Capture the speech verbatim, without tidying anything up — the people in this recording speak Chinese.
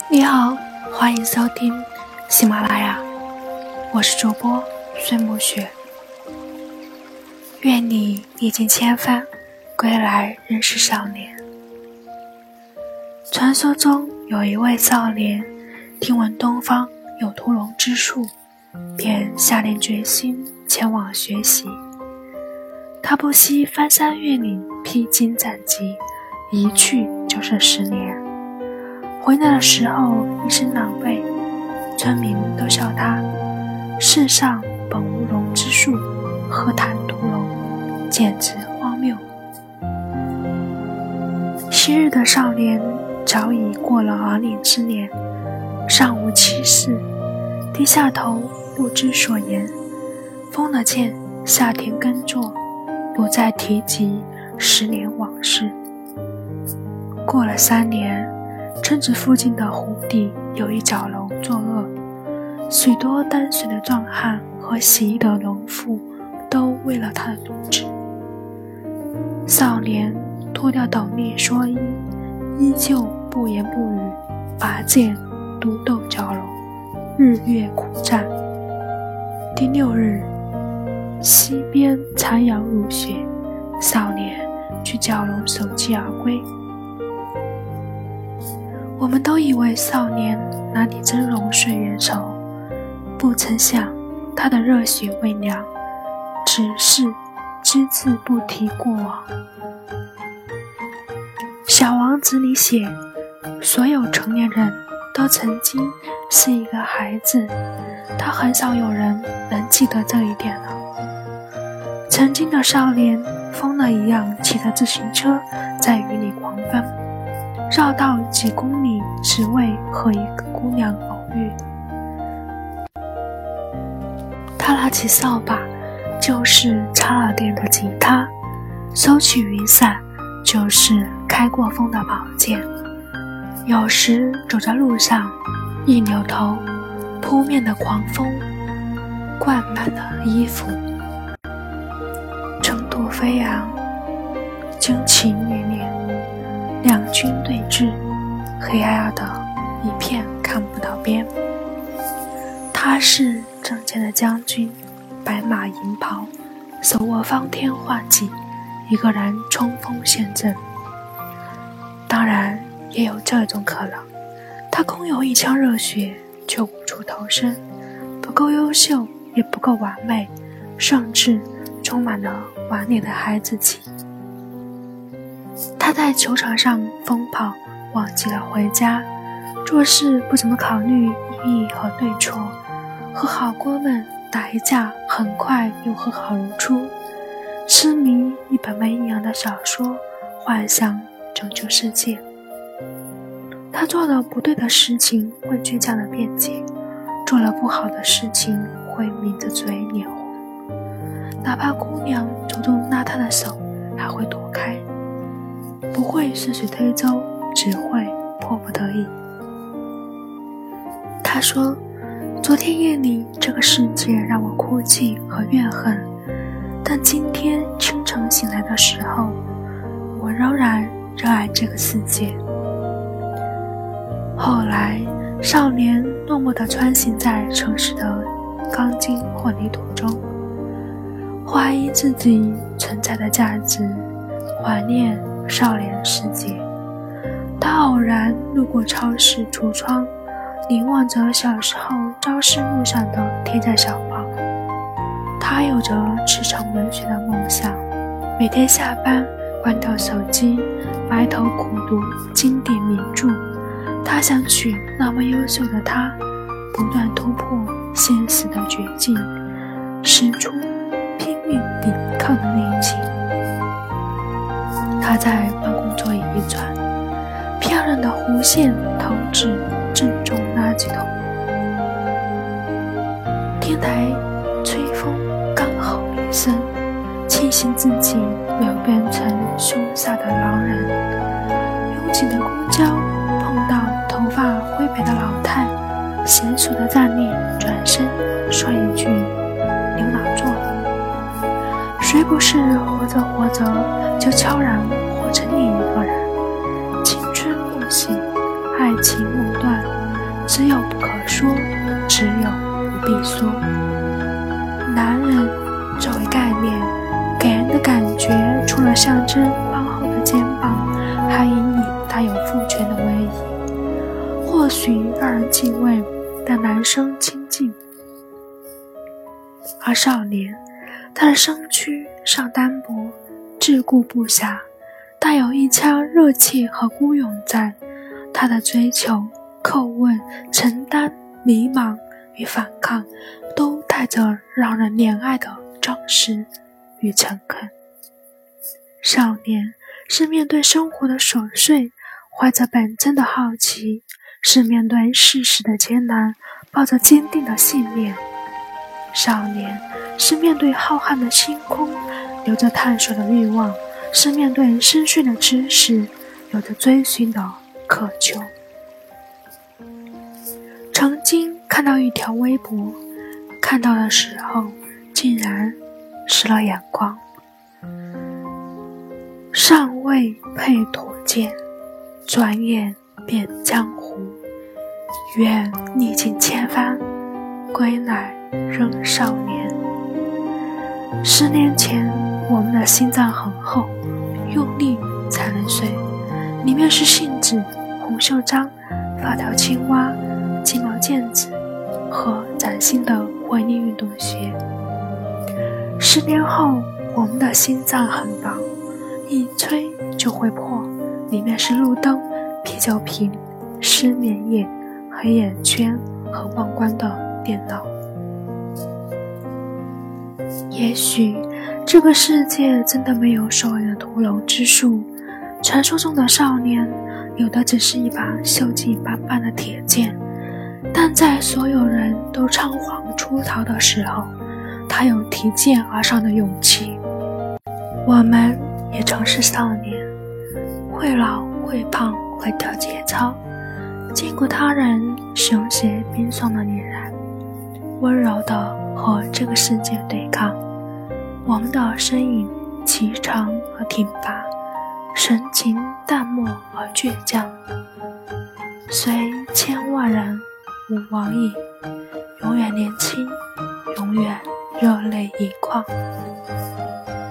你好，欢迎收听喜马拉雅，我是主播孙暮雪。愿你历经千帆，归来仍是少年。传说中有一位少年，听闻东方有屠龙之术，便下定决心前往学习。他不惜翻山越岭，披荆斩棘，一去就是十年。回来的时候一身狼狈，村民都笑他世上本无龙之术，何谈屠龙，简直荒谬。昔日的少年早已过了而立之年，上无妻室，低下头不知所言，封了剑，下田耕作，不再提及十年往事。过了三年，村子附近的湖底有一角龙作恶，许多担水的壮汉和洗衣的农妇都喂了他的肚子。少年脱掉斗笠蓑衣，依旧不言不语，拔剑独斗蛟龙，日月苦战。第六日，溪边残阳如血，少年去蛟龙守击而归。我们都以为少年哪里峥嵘岁月稠，不曾想他的热血未凉，只是只字不提过往。小王子里写，所有成年人都曾经是一个孩子，他很少有人能记得这一点了。曾经的少年疯了一样骑着自行车在雨里狂奔，绕道几公里，只为和一个姑娘偶遇。他拿起扫把就是插耳电的吉他，收起雨伞就是开过锋的宝剑。有时走在路上，一扭头，扑面的狂风灌满了衣服，尘土飞扬，旌旗猎猎，两军对峙，黑压压的一片看不到边。他是正前的将军，白马银袍，手握方天画戟，一个人冲锋陷阵。当然也有这种可能，他空有一腔热血，却无处投身，不够优秀，也不够完美，甚至充满了顽劣的孩子气。他在球场上疯跑，忘记了回家，做事不怎么考虑意义和对错，和好哥们打一架，很快又和好如初，痴迷一本没营养的小说，幻想拯救世界。他做了不对的事情会倔强的辩解，做了不好的事情会抿着嘴脸红，哪怕姑娘主动拉他的手还会躲开，不会顺水推舟，只会迫不得已。他说，昨天夜里这个世界让我哭泣和怨恨，但今天清晨醒来的时候，我仍然热爱这个世界。后来少年落寞地穿行在城市的钢筋混凝土中，怀疑自己存在的价值，怀念少年世界。他偶然路过超市橱窗，凝望着小时候朝思暮想的天才小报。他有着驰骋文学的梦想，每天下班关掉手机，埋头苦读经典名著。他想娶那么优秀的她，不断突破现实的绝境，使出拼命抵抗的力气。他在办公桌椅一转，漂亮的弧线投掷正中垃圾桶。天台吹风刚好一声，庆幸自己没有变成凶煞的狼人。拥挤的公交碰到头发灰白的老太，娴熟的站立，转身说一句牛哪做了。谁不是活着活着就悄然活成另一个人？青春梦醒，爱情梦断， 着宽厚的肩膀，还隐隐带有父权的威仪，或许让人敬畏，但男生亲近。而少年，他的身躯上单薄，自顾不暇，带有一腔热切和孤勇在。他的追求、叩问、承担、迷茫与反抗，都带着让人怜爱的真实与诚恳。少年是面对生活的琐碎，怀着本真的好奇，是面对世事的艰难，抱着坚定的信念。少年是面对浩瀚的星空，有着探索的欲望，是面对深邃的知识，有着追寻的渴求。曾经看到一条微博，看到的时候竟然失了眼光。尚未配妥剑，转眼变江湖。愿历尽千帆，归来仍少年。十年前，我们的心脏很厚，用力才能碎，里面是信纸、红袖章、发条青蛙、鸡毛毽子和崭新的回力运动鞋。十年后，我们的心脏很薄，一吹就会破，里面是路灯、啤酒瓶、失眠夜、黑眼圈和忘关的电脑。也许这个世界真的没有所谓的屠龙之术，传说中的少年有的只是一把锈迹斑斑的铁剑，但在所有人都仓皇出逃的时候，他有提剑而上的勇气。我们也曾是少年，会老会胖会跳节操，见过他人雄邪冰霜的凛然，温柔地和这个世界对抗。我们的身影颀长而挺拔，神情淡漠而倔强，虽千万人吾往矣，永远年轻，永远热泪盈眶。